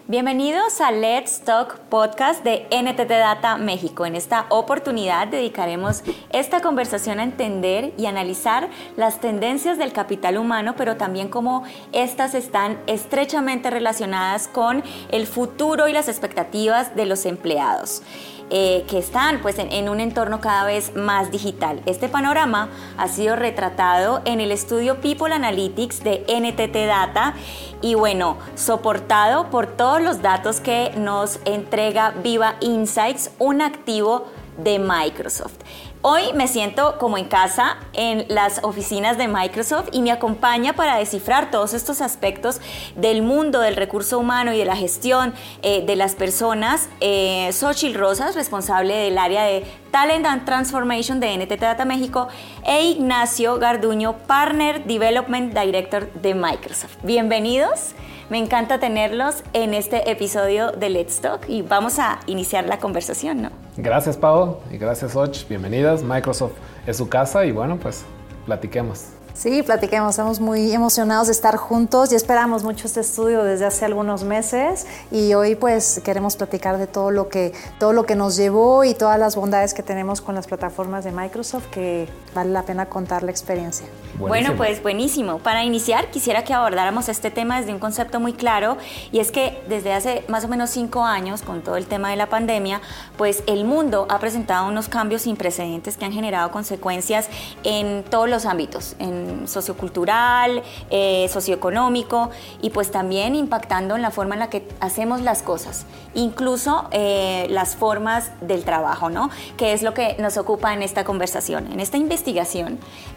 Bienvenidos a Let's Talk Podcast de NTT Data México. En esta oportunidad dedicaremos esta conversación a entender y analizar las tendencias del capital humano, pero también cómo estas están estrechamente relacionadas con el futuro y las expectativas de los empleados. Que están pues en un entorno cada vez más digital. Este panorama ha sido retratado en el estudio People Analytics de NTT Data y bueno, soportado por todos los datos que nos entrega Viva Insights, un activo de Microsoft. Hoy me siento como en casa en las oficinas de Microsoft y me acompaña para descifrar todos estos aspectos del mundo del recurso humano y de la gestión de las personas. Xochitl Rosas, responsable del área de Talent and Transformation de NTT Data México, e Ignacio Garduño, Partner Development Director de Microsoft. Bienvenidos. Me encanta tenerlos en este episodio de Let's Talk y vamos a iniciar la conversación, ¿no? Gracias, Pau, y gracias, Xochitl. Bienvenidas. Microsoft es su casa y bueno, pues platiquemos. Sí, platiquemos. Estamos muy emocionados de estar juntos y esperamos mucho este estudio desde hace algunos meses y hoy pues queremos platicar de todo lo que nos llevó y todas las bondades que tenemos con las plataformas de Microsoft, que vale la pena contar la experiencia. Bueno, pues buenísimo. Para iniciar, quisiera que abordáramos este tema desde un concepto muy claro, y es que desde hace más o menos 5 años, con todo el tema de la pandemia, pues el mundo ha presentado unos cambios sin precedentes que han generado consecuencias en todos los ámbitos, en sociocultural, socioeconómico, y pues también impactando en la forma en la que hacemos las cosas, incluso las formas del trabajo, ¿no? Que es lo que nos ocupa en esta conversación. En esta investigación,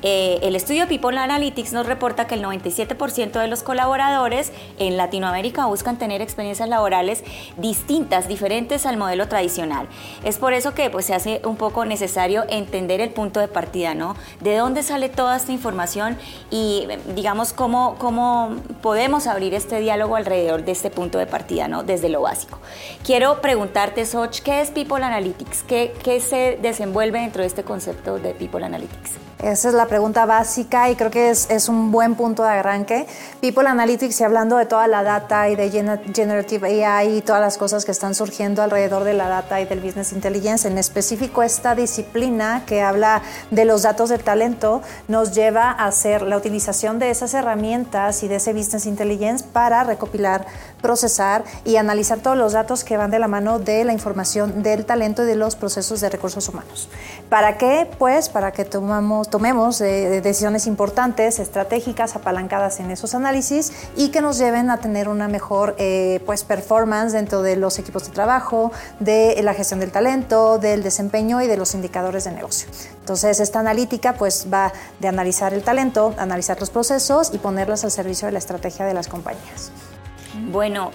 el estudio People Analytics nos reporta que el 97% de los colaboradores en Latinoamérica buscan tener experiencias laborales distintas, diferentes al modelo tradicional. Es por eso que pues, se hace un poco necesario entender el punto de partida, ¿no? De dónde sale toda esta información y, digamos, cómo podemos abrir este diálogo alrededor de este punto de partida, ¿no? Desde lo básico. Quiero preguntarte, Xochitl, ¿qué es People Analytics? ¿Qué se desenvuelve dentro de este concepto de People Analytics? Esa es la pregunta básica y creo que es un buen punto de arranque. People Analytics, y hablando de toda la data y de Generative AI y todas las cosas que están surgiendo alrededor de la data y del Business Intelligence, en específico esta disciplina que habla de los datos de talento, nos lleva a hacer la utilización de esas herramientas y de ese Business Intelligence para recopilar, procesar y analizar todos los datos que van de la mano de la información del talento y de los procesos de recursos humanos. ¿Para qué? Pues para que tomemos decisiones importantes, estratégicas, apalancadas en esos análisis y que nos lleven a tener una mejor performance dentro de los equipos de trabajo, de la gestión del talento, del desempeño y de los indicadores de negocio. Entonces, esta analítica pues va de analizar el talento, analizar los procesos y ponerlos al servicio de la estrategia de las compañías. Bueno,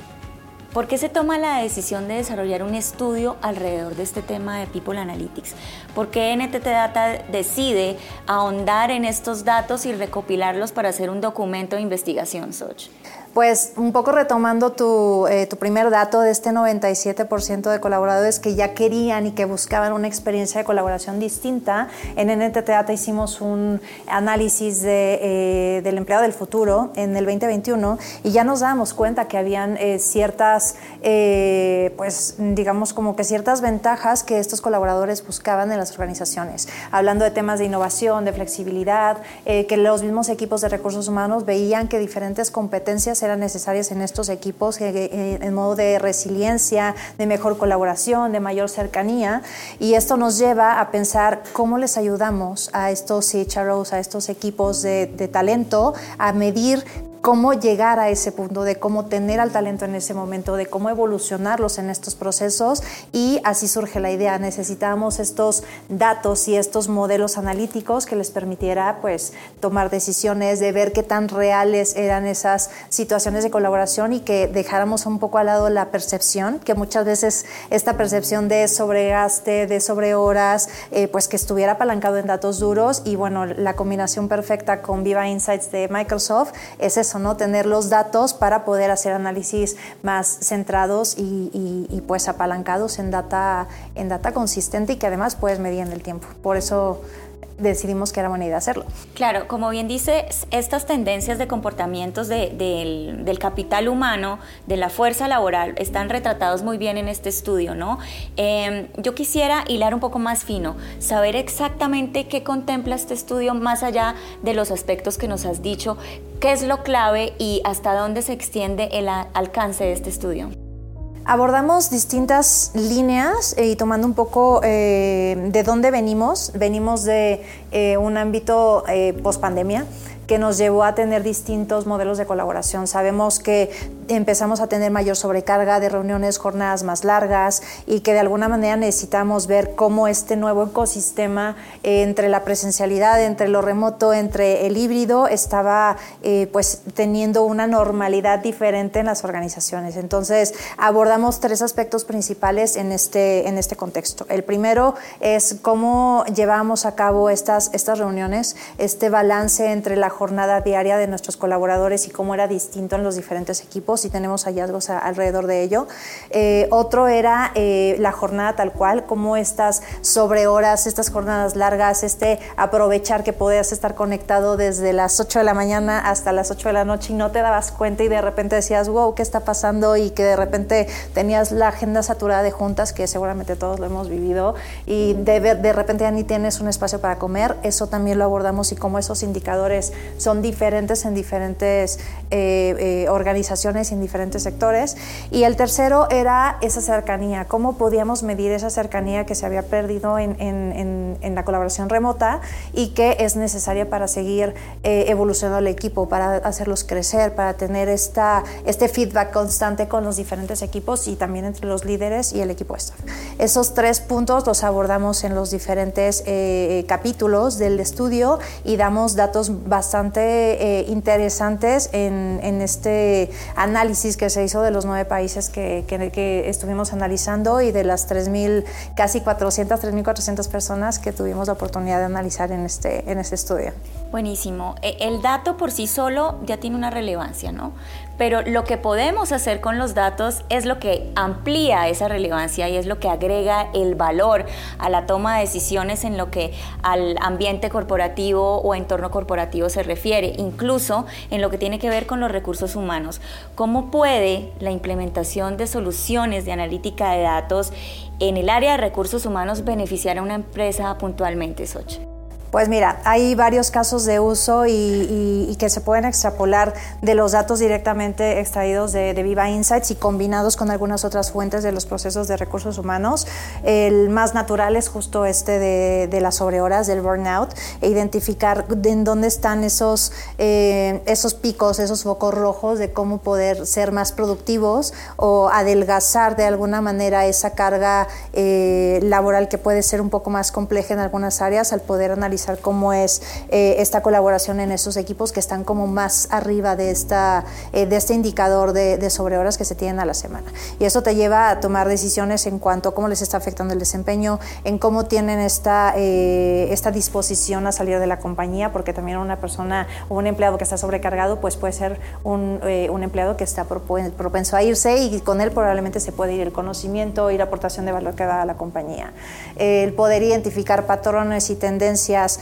¿por qué se toma la decisión de desarrollar un estudio alrededor de este tema de People Analytics? ¿Por qué NTT Data decide ahondar en estos datos y recopilarlos para hacer un documento de investigación, Xochitl? Pues un poco retomando tu primer dato de este 97% de colaboradores que ya querían y que buscaban una experiencia de colaboración distinta, en NTT Data hicimos un análisis del empleado del futuro en el 2021 y ya nos dábamos cuenta que habían ciertas, pues digamos como que ciertas ventajas que estos colaboradores buscaban en las organizaciones. Hablando de temas de innovación, de flexibilidad, que los mismos equipos de recursos humanos veían que diferentes competencias eran necesarias en estos equipos en modo de resiliencia, de mejor colaboración, de mayor cercanía, y esto nos lleva a pensar cómo les ayudamos a estos CHROs, a estos equipos de talento a medir cómo llegar a ese punto, de cómo tener al talento en ese momento, de cómo evolucionarlos en estos procesos, y así surge la idea. Necesitábamos estos datos y estos modelos analíticos que les permitiera pues tomar decisiones, de ver qué tan reales eran esas situaciones de colaboración y que dejáramos un poco al lado la percepción, que muchas veces esta percepción de sobregaste, de sobrehoras, pues que estuviera apalancado en datos duros. Y bueno, la combinación perfecta con Viva Insights de Microsoft es eso, ¿no? Tener los datos para poder hacer análisis más centrados y pues apalancados en data consistente y que además puedes medir en el tiempo. Por eso decidimos que era buena idea hacerlo. Claro, como bien dice, estas tendencias de comportamientos del capital humano, de la fuerza laboral, están retratados muy bien en este estudio, ¿no? Yo quisiera hilar un poco más fino, saber exactamente qué contempla este estudio más allá de los aspectos que nos has dicho, qué es lo clave y hasta dónde se extiende el alcance de este estudio. Abordamos distintas líneas y tomando un poco de dónde venimos de un ámbito post-pandemia que nos llevó a tener distintos modelos de colaboración. Sabemos que empezamos a tener mayor sobrecarga de reuniones, jornadas más largas y que de alguna manera necesitamos ver cómo este nuevo ecosistema entre la presencialidad, entre lo remoto, entre el híbrido estaba pues teniendo una normalidad diferente en las organizaciones. Entonces abordamos 3 aspectos principales en este contexto. El primero es cómo llevamos a cabo estas reuniones, este balance entre la jornada diaria de nuestros colaboradores y cómo era distinto en los diferentes equipos y tenemos hallazgos alrededor de ello. Otro era la jornada tal cual, cómo estas sobrehoras, estas jornadas largas, aprovechar que podías estar conectado desde las 8 de la mañana hasta las 8 de la noche y no te dabas cuenta y de repente decías, wow, ¿qué está pasando? Y que de repente tenías la agenda saturada de juntas, que seguramente todos lo hemos vivido, y de repente ya ni tienes un espacio para comer. Eso también lo abordamos y cómo esos indicadores son diferentes en diferentes organizaciones y en diferentes sectores. Y el tercero era esa cercanía, cómo podíamos medir esa cercanía que se había perdido en la colaboración remota y que es necesaria para seguir evolucionando el equipo, para hacerlos crecer, para tener este feedback constante con los diferentes equipos y también entre los líderes y el equipo staff. Esos 3 puntos los abordamos en los diferentes capítulos del estudio y damos datos bastante interesantes en este análisis que se hizo de los 9 países que estuvimos analizando y de las 3.400 personas que tuvimos la oportunidad de analizar en este estudio. Buenísimo. El dato por sí solo ya tiene una relevancia, ¿no? Pero lo que podemos hacer con los datos es lo que amplía esa relevancia y es lo que agrega el valor a la toma de decisiones en lo que al ambiente corporativo o entorno corporativo se refiere, incluso en lo que tiene que ver con los recursos humanos. ¿Cómo puede la implementación de soluciones de analítica de datos en el área de recursos humanos beneficiar a una empresa puntualmente, Xochitl? Pues mira, hay varios casos de uso y que se pueden extrapolar de los datos directamente extraídos de Viva Insights y combinados con algunas otras fuentes de los procesos de recursos humanos. El más natural es justo de las sobrehoras, del burnout, e identificar en dónde están esos picos, esos focos rojos de cómo poder ser más productivos o adelgazar de alguna manera esa carga laboral que puede ser un poco más compleja en algunas áreas al poder analizar cómo es esta colaboración en esos equipos que están como más arriba de este indicador de sobrehoras que se tienen a la semana. Y eso te lleva a tomar decisiones en cuanto a cómo les está afectando el desempeño, en cómo tienen esta disposición a salir de la compañía, porque también una persona o un empleado que está sobrecargado pues puede ser un empleado que está propenso a irse y con él probablemente se puede ir el conocimiento y la aportación de valor que da a la compañía. El poder identificar patrones y tendencias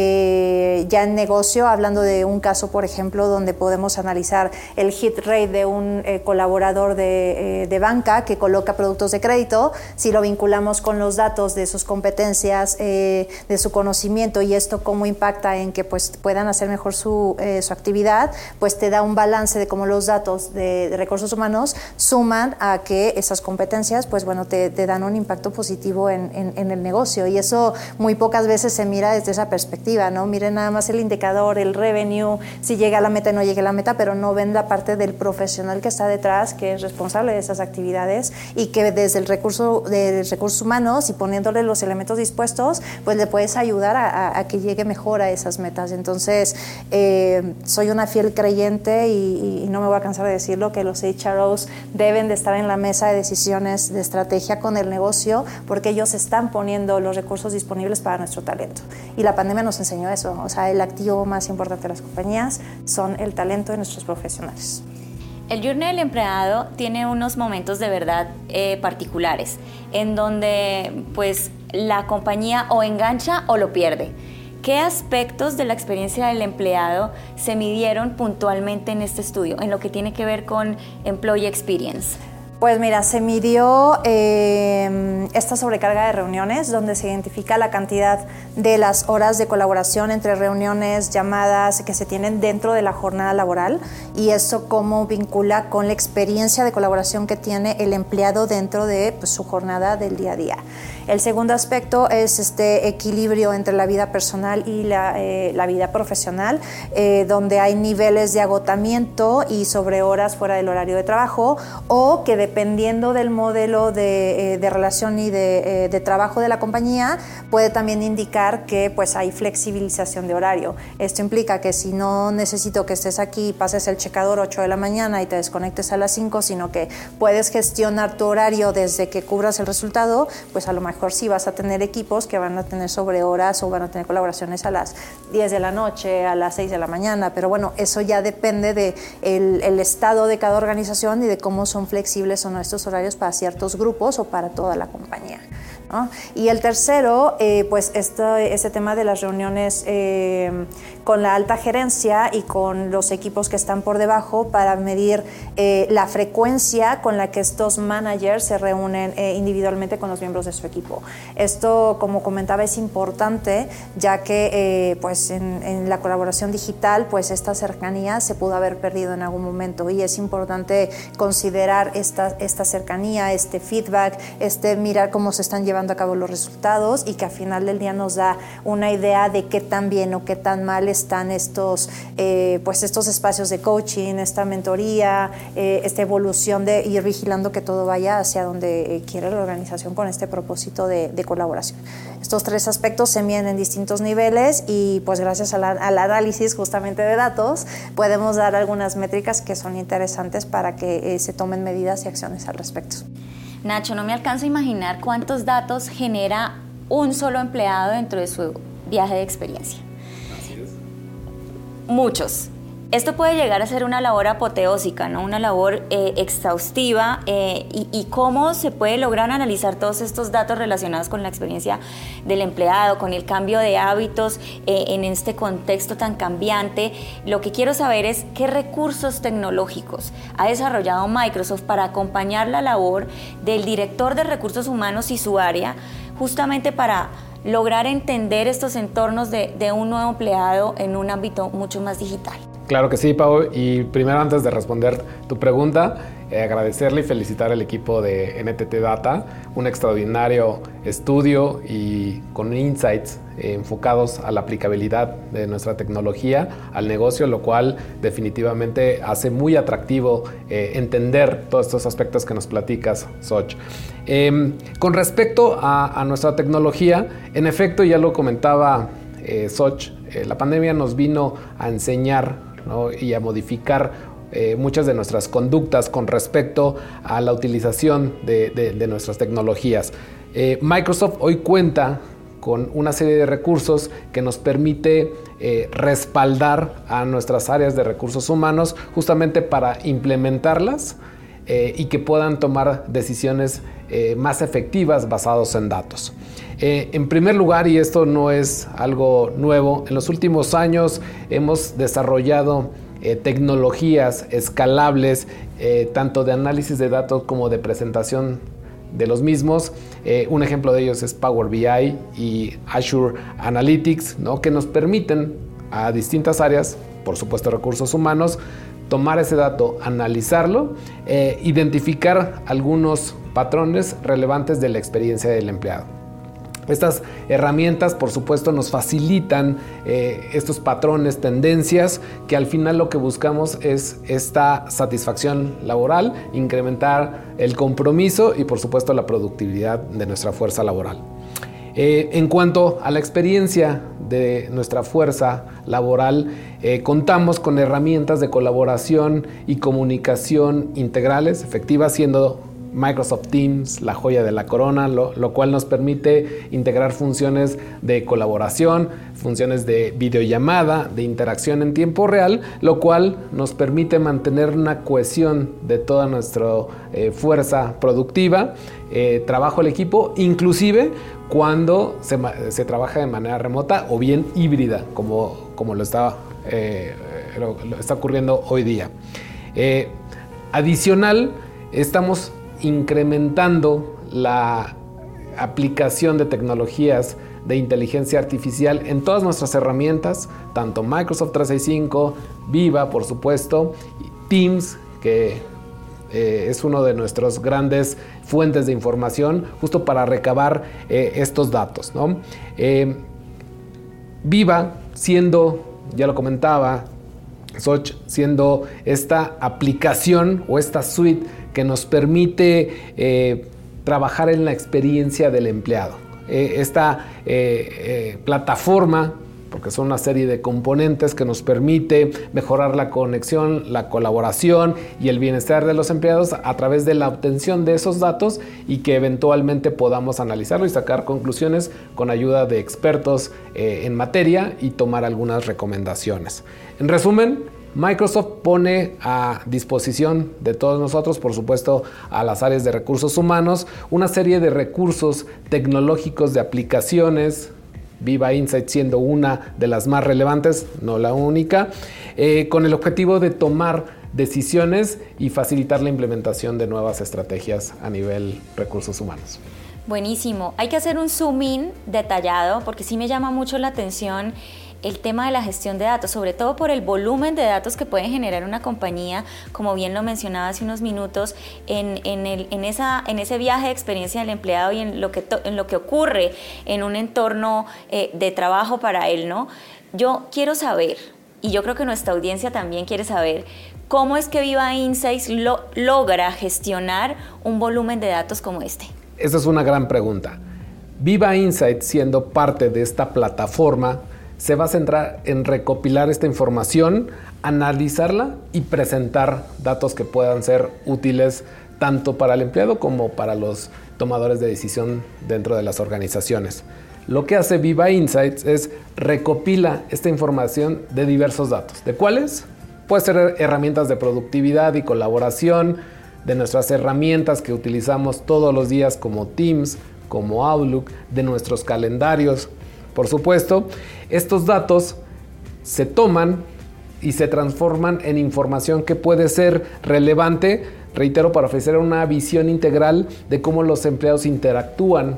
ya en negocio, hablando de un caso, por ejemplo, donde podemos analizar el hit rate de un colaborador de banca que coloca productos de crédito, si lo vinculamos con los datos de sus competencias, de su conocimiento y esto cómo impacta en que pues, puedan hacer mejor su actividad, pues te da un balance de cómo los datos de recursos humanos suman a que esas competencias pues bueno, te dan un impacto positivo en el negocio y eso muy pocas veces se mira desde esa perspectiva, ¿no? Miren nada más el indicador, el revenue, si llega a la meta o no llega a la meta, pero no ven la parte del profesional que está detrás, que es responsable de esas actividades y que desde el recurso de recursos humanos y poniéndole los elementos dispuestos, pues le puedes ayudar a que llegue mejor a esas metas. Entonces, soy una fiel creyente y no me voy a cansar de decirlo, que los HROs deben de estar en la mesa de decisiones de estrategia con el negocio porque ellos están poniendo los recursos disponibles para nuestro talento. Y la pandemia nos enseñó eso, o sea, el activo más importante de las compañías son el talento de nuestros profesionales. El Journey del Empleado tiene unos momentos de verdad particulares, en donde pues la compañía o engancha o lo pierde. ¿Qué aspectos de la experiencia del empleado se midieron puntualmente en este estudio, en lo que tiene que ver con Employee Experience? Pues mira, se midió esta sobrecarga de reuniones, donde se identifica la cantidad de las horas de colaboración entre reuniones, llamadas que se tienen dentro de la jornada laboral, y eso cómo vincula con la experiencia de colaboración que tiene el empleado dentro de su jornada del día a día. El segundo aspecto es este equilibrio entre la vida personal y la vida profesional, donde hay niveles de agotamiento y sobrehoras fuera del horario de trabajo, o que dependiendo del modelo de relación y de trabajo de la compañía, puede también indicar que pues hay flexibilización de horario. Esto implica que si no necesito que estés aquí y pases el checador 8 de la mañana y te desconectes a las 5, sino que puedes gestionar tu horario desde que cubras el resultado, pues a lo mejor sí vas a tener equipos que van a tener sobrehoras o van a tener colaboraciones a las 10 de la noche, a las 6 de la mañana, pero bueno, eso ya depende del estado de cada organización y de cómo son flexibles o no estos horarios para ciertos grupos o para toda la compañía, ¿no? Y el tercero, pues este tema de las reuniones con la alta gerencia y con los equipos que están por debajo para medir la frecuencia con la que estos managers se reúnen individualmente con los miembros de su equipo. Esto, como comentaba, es importante, ya que pues en la colaboración digital, pues esta cercanía se pudo haber perdido en algún momento, y es importante considerar esta cercanía, este feedback, mirar cómo se están llevando a cabo los resultados, y que al final del día nos da una idea de qué tan bien o qué tan mal están estos espacios de coaching, esta mentoría, esta evolución de ir vigilando que todo vaya hacia donde quiere la organización con este propósito de colaboración. Estos tres aspectos se miden en distintos niveles, y pues gracias al análisis justamente de datos podemos dar algunas métricas que son interesantes para que se tomen medidas y acciones al respecto. Nacho, no me alcanzo a imaginar cuántos datos genera un solo empleado dentro de su viaje de experiencia. Así es. Muchos. Esto puede llegar a ser una labor apoteósica, ¿no? Una labor exhaustiva, y cómo se puede lograr analizar todos estos datos relacionados con la experiencia del empleado, con el cambio de hábitos en este contexto tan cambiante. Lo que quiero saber es qué recursos tecnológicos ha desarrollado Microsoft para acompañar la labor del director de recursos humanos y su área, justamente para lograr entender estos entornos de un nuevo empleado en un ámbito mucho más digital. Claro que sí, Pau. Y primero, antes de responder tu pregunta, agradecerle y felicitar al equipo de NTT Data, un extraordinario estudio y con insights enfocados a la aplicabilidad de nuestra tecnología al negocio, lo cual definitivamente hace muy atractivo entender todos estos aspectos que nos platicas, Soch. Con respecto a nuestra tecnología, en efecto, ya lo comentaba Soch, la pandemia nos vino a enseñar, ¿no?, y a modificar muchas de nuestras conductas con respecto a la utilización de nuestras tecnologías. Microsoft hoy cuenta con una serie de recursos que nos permite respaldar a nuestras áreas de recursos humanos justamente para implementarlas y que puedan tomar decisiones más efectivas basados en datos. En primer lugar, y esto no es algo nuevo, en los últimos años hemos desarrollado tecnologías escalables, tanto de análisis de datos como de presentación de los mismos. Un ejemplo de ellos es Power BI y Azure Analytics, ¿no?, que nos permiten a distintas áreas, por supuesto recursos humanos, tomar ese dato, analizarlo, identificar algunos patrones relevantes de la experiencia del empleado. Estas herramientas, por supuesto, nos facilitan estos patrones, tendencias, que al final lo que buscamos es esta satisfacción laboral, incrementar el compromiso y, por supuesto, la productividad de nuestra fuerza laboral. En cuanto a la experiencia de nuestra fuerza laboral, contamos con herramientas de colaboración y comunicación integrales, efectivas, siendo Microsoft Teams, la joya de la corona, lo cual nos permite integrar funciones de colaboración, funciones de videollamada, de interacción en tiempo real, lo cual nos permite mantener una cohesión de toda nuestra fuerza productiva, trabajo al equipo, inclusive cuando se trabaja de manera remota o bien híbrida, como lo está ocurriendo hoy día. Adicional, estamos incrementando la aplicación de tecnologías de inteligencia artificial en todas nuestras herramientas, tanto Microsoft 365, Viva, por supuesto, Teams, que es uno de nuestros grandes fuentes de información, justo para recabar estos datos, ¿no? Viva, siendo, ya lo comentaba Xoch, siendo esta aplicación o esta suite que nos permite trabajar en la experiencia del empleado. Esta plataforma, porque son una serie de componentes que nos permite mejorar la conexión, la colaboración y el bienestar de los empleados a través de la obtención de esos datos y que eventualmente podamos analizarlo y sacar conclusiones con ayuda de expertos en materia y tomar algunas recomendaciones. En resumen, Microsoft pone a disposición de todos nosotros, por supuesto a las áreas de recursos humanos, una serie de recursos tecnológicos de aplicaciones, Viva Insights siendo una de las más relevantes, no la única, con el objetivo de tomar decisiones y facilitar la implementación de nuevas estrategias a nivel recursos humanos. Buenísimo. Hay que hacer un zoom in detallado porque sí me llama mucho la atención el tema de la gestión de datos, sobre todo por el volumen de datos que puede generar una compañía, como bien lo mencionaba hace unos minutos, en ese viaje de experiencia del empleado y en lo que ocurre en un entorno de trabajo para él, ¿no? Yo quiero saber, y yo creo que nuestra audiencia también quiere saber, ¿cómo es que Viva Insights logra gestionar un volumen de datos como este? Esa es una gran pregunta. Viva Insights, siendo parte de esta plataforma, se va a centrar en recopilar esta información, analizarla y presentar datos que puedan ser útiles tanto para el empleado como para los tomadores de decisión dentro de las organizaciones. Lo que hace Viva Insights es recopila esta información de diversos datos. ¿De cuáles? Puede ser herramientas de productividad y colaboración, de nuestras herramientas que utilizamos todos los días como Teams, como Outlook, de nuestros calendarios. Por supuesto, estos datos se toman y se transforman en información que puede ser relevante, reitero, para ofrecer una visión integral de cómo los empleados interactúan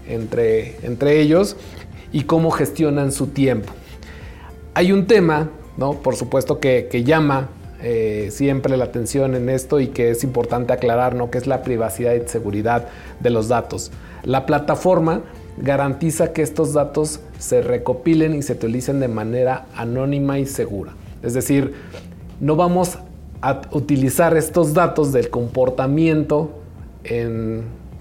entre ellos y cómo gestionan su tiempo. Hay un tema, ¿no?, por supuesto, que llama siempre la atención en esto y que es importante aclarar, ¿no?, que es la privacidad y seguridad de los datos. La plataforma garantiza que estos datos se recopilen y se utilicen de manera anónima y segura. Es decir, no vamos a utilizar estos datos del comportamiento en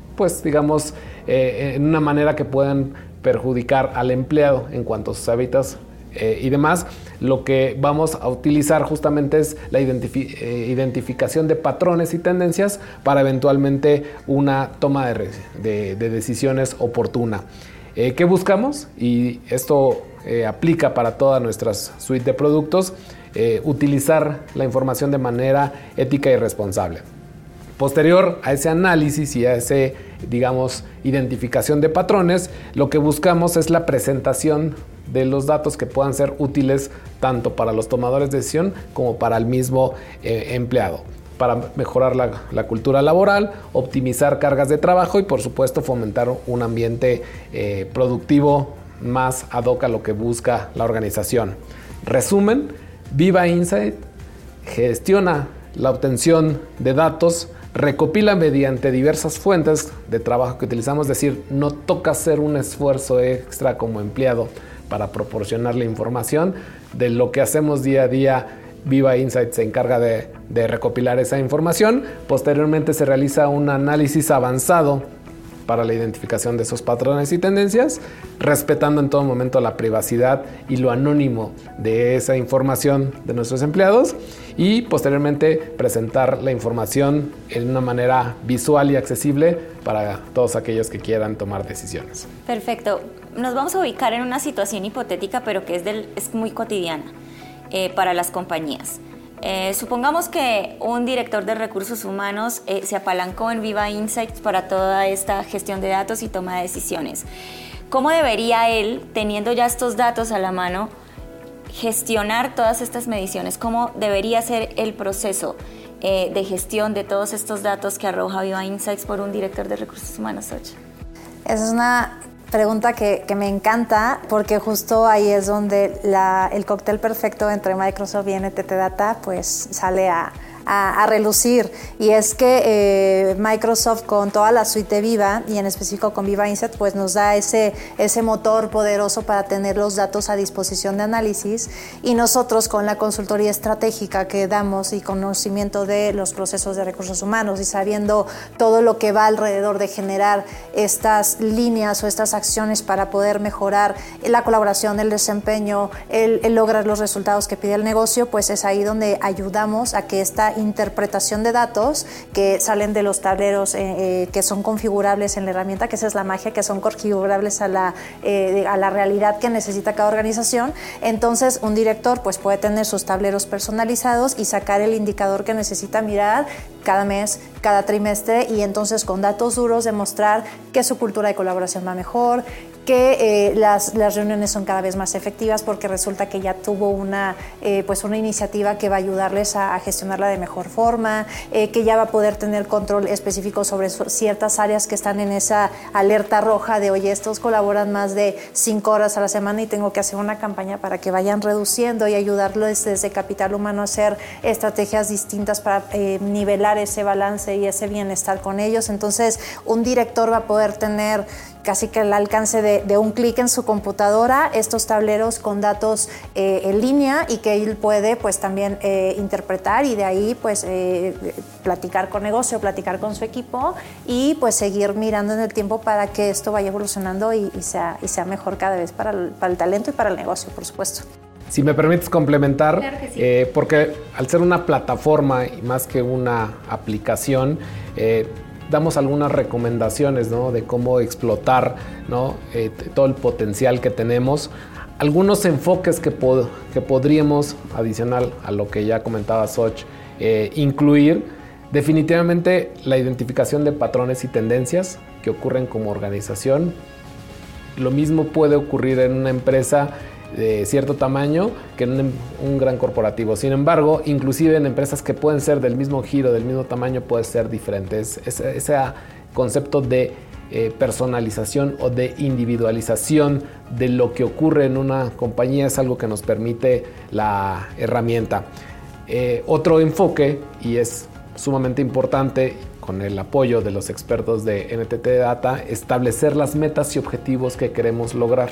una manera que puedan perjudicar al empleado en cuanto a sus hábitos y demás. Lo que vamos a utilizar justamente es la identificación de patrones y tendencias para eventualmente una toma de decisiones oportuna. ¿Qué buscamos? Y esto aplica para toda nuestra suite de productos, utilizar la información de manera ética y responsable. Posterior a ese análisis y a ese, identificación de patrones, lo que buscamos es la presentación de los datos que puedan ser útiles tanto para los tomadores de decisión como para el mismo empleado, para mejorar la cultura laboral, optimizar cargas de trabajo y por supuesto fomentar un ambiente productivo más ad hoc a lo que busca la organización. Resumen, Viva Insight gestiona la obtención de datos, recopila mediante diversas fuentes de trabajo que utilizamos, es decir, no toca hacer un esfuerzo extra como empleado para proporcionar la información. De lo que hacemos día a día, Viva Insights se encarga de recopilar esa información. Posteriormente se realiza un análisis avanzado para la identificación de esos patrones y tendencias, respetando en todo momento la privacidad y lo anónimo de esa información de nuestros empleados, y posteriormente presentar la información en una manera visual y accesible para todos aquellos que quieran tomar decisiones. Perfecto. Nos vamos a ubicar en una situación hipotética, pero que es muy cotidiana para las compañías. Supongamos que un director de recursos humanos se apalancó en Viva Insights para toda esta gestión de datos y toma de decisiones. ¿Cómo debería él, teniendo ya estos datos a la mano, gestionar todas estas mediciones? ¿Cómo debería ser el proceso de gestión de todos estos datos que arroja Viva Insights por un director de recursos humanos, Xochitl? Esa es una pregunta que me encanta, porque justo ahí es donde el cóctel perfecto entre Microsoft y NTT Data pues sale a relucir, y es que Microsoft, con toda la suite de Viva y en específico con Viva Insights, pues nos da ese motor poderoso para tener los datos a disposición de análisis, y nosotros con la consultoría estratégica que damos y conocimiento de los procesos de recursos humanos y sabiendo todo lo que va alrededor de generar estas líneas o estas acciones para poder mejorar la colaboración, el desempeño, el lograr los resultados que pide el negocio, pues es ahí donde ayudamos a que esta interpretación de datos que salen de los tableros que son configurables en la herramienta, que esa es la magia, que son configurables a la realidad que necesita cada organización. Entonces un director pues puede tener sus tableros personalizados y sacar el indicador que necesita mirar cada mes, cada trimestre, y entonces con datos duros demostrar que su cultura de colaboración va mejor, que las reuniones son cada vez más efectivas porque resulta que ya tuvo una iniciativa que va a ayudarles a gestionarla de mejor forma, que ya va a poder tener control específico sobre ciertas áreas que están en esa alerta roja de, oye, estos colaboran más de 5 horas a la semana y tengo que hacer una campaña para que vayan reduciendo, y ayudarles desde capital humano a hacer estrategias distintas para nivelar ese balance y ese bienestar con ellos. Entonces un director va a poder tener casi que el alcance de un clic en su computadora estos tableros con datos en línea, y que él puede pues también interpretar, y de ahí pues platicar con negocio, platicar con su equipo, y pues seguir mirando en el tiempo para que esto vaya evolucionando y sea mejor cada vez para el talento y para el negocio, por supuesto. Si me permites complementar, claro que sí. Porque al ser una plataforma y más que una aplicación, damos algunas recomendaciones, ¿no?, de cómo explotar, ¿no?, todo el potencial que tenemos. Algunos enfoques que podríamos, adicional a lo que ya comentaba Xochitl, incluir definitivamente la identificación de patrones y tendencias que ocurren como organización. Lo mismo puede ocurrir en una empresa de cierto tamaño que en un gran corporativo. Sin embargo, inclusive en empresas que pueden ser del mismo giro, del mismo tamaño, puede ser diferente. Ese concepto de personalización o de individualización de lo que ocurre en una compañía es algo que nos permite la herramienta. Otro enfoque, y es sumamente importante, con el apoyo de los expertos de NTT Data, establecer las metas y objetivos que queremos lograr.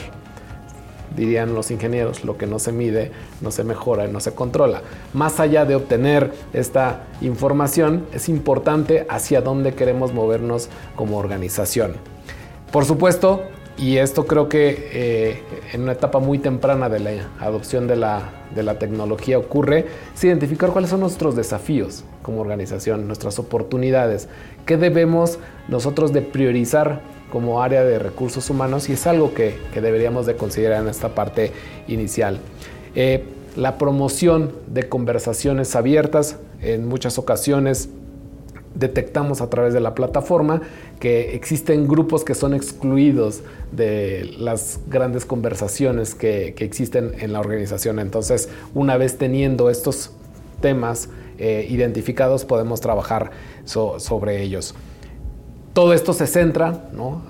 Dirían los ingenieros, lo que no se mide, no se mejora y no se controla. Más allá de obtener esta información, es importante hacia dónde queremos movernos como organización. Por supuesto, y esto creo que en una etapa muy temprana de la adopción de la tecnología ocurre, es identificar cuáles son nuestros desafíos como organización, nuestras oportunidades, qué debemos nosotros de priorizar como área de recursos humanos, y es algo que deberíamos de considerar en esta parte inicial. La promoción de conversaciones abiertas. En muchas ocasiones detectamos a través de la plataforma que existen grupos que son excluidos de las grandes conversaciones que existen en la organización. Entonces, una vez teniendo estos temas identificados, podemos trabajar sobre ellos. Todo esto se centra, ¿no?,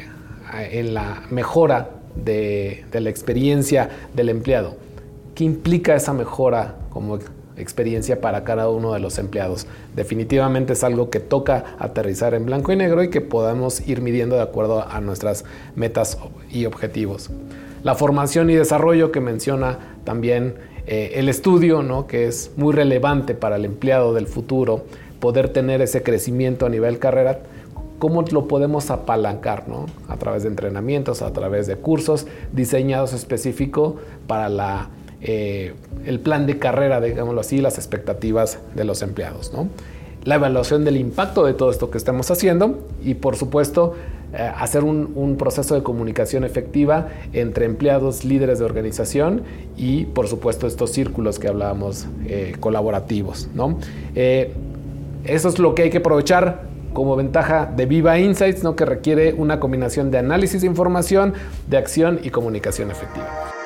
en la mejora de la experiencia del empleado. ¿Qué implica esa mejora como experiencia para cada uno de los empleados? Definitivamente es algo que toca aterrizar en blanco y negro y que podamos ir midiendo de acuerdo a nuestras metas y objetivos. La formación y desarrollo que menciona también el estudio, ¿no?, que es muy relevante para el empleado del futuro, poder tener ese crecimiento a nivel carrera cómo lo podemos apalancar, ¿no? A través de entrenamientos, a través de cursos diseñados específico para el plan de carrera, digámoslo así, las expectativas de los empleados, ¿no? La evaluación del impacto de todo esto que estamos haciendo y, por supuesto, hacer un proceso de comunicación efectiva entre empleados, líderes de organización y, por supuesto, estos círculos que hablábamos colaborativos, ¿no? Eso es lo que hay que aprovechar como ventaja de Viva Insights, ¿no? Que requiere una combinación de análisis de información, de acción y comunicación efectiva.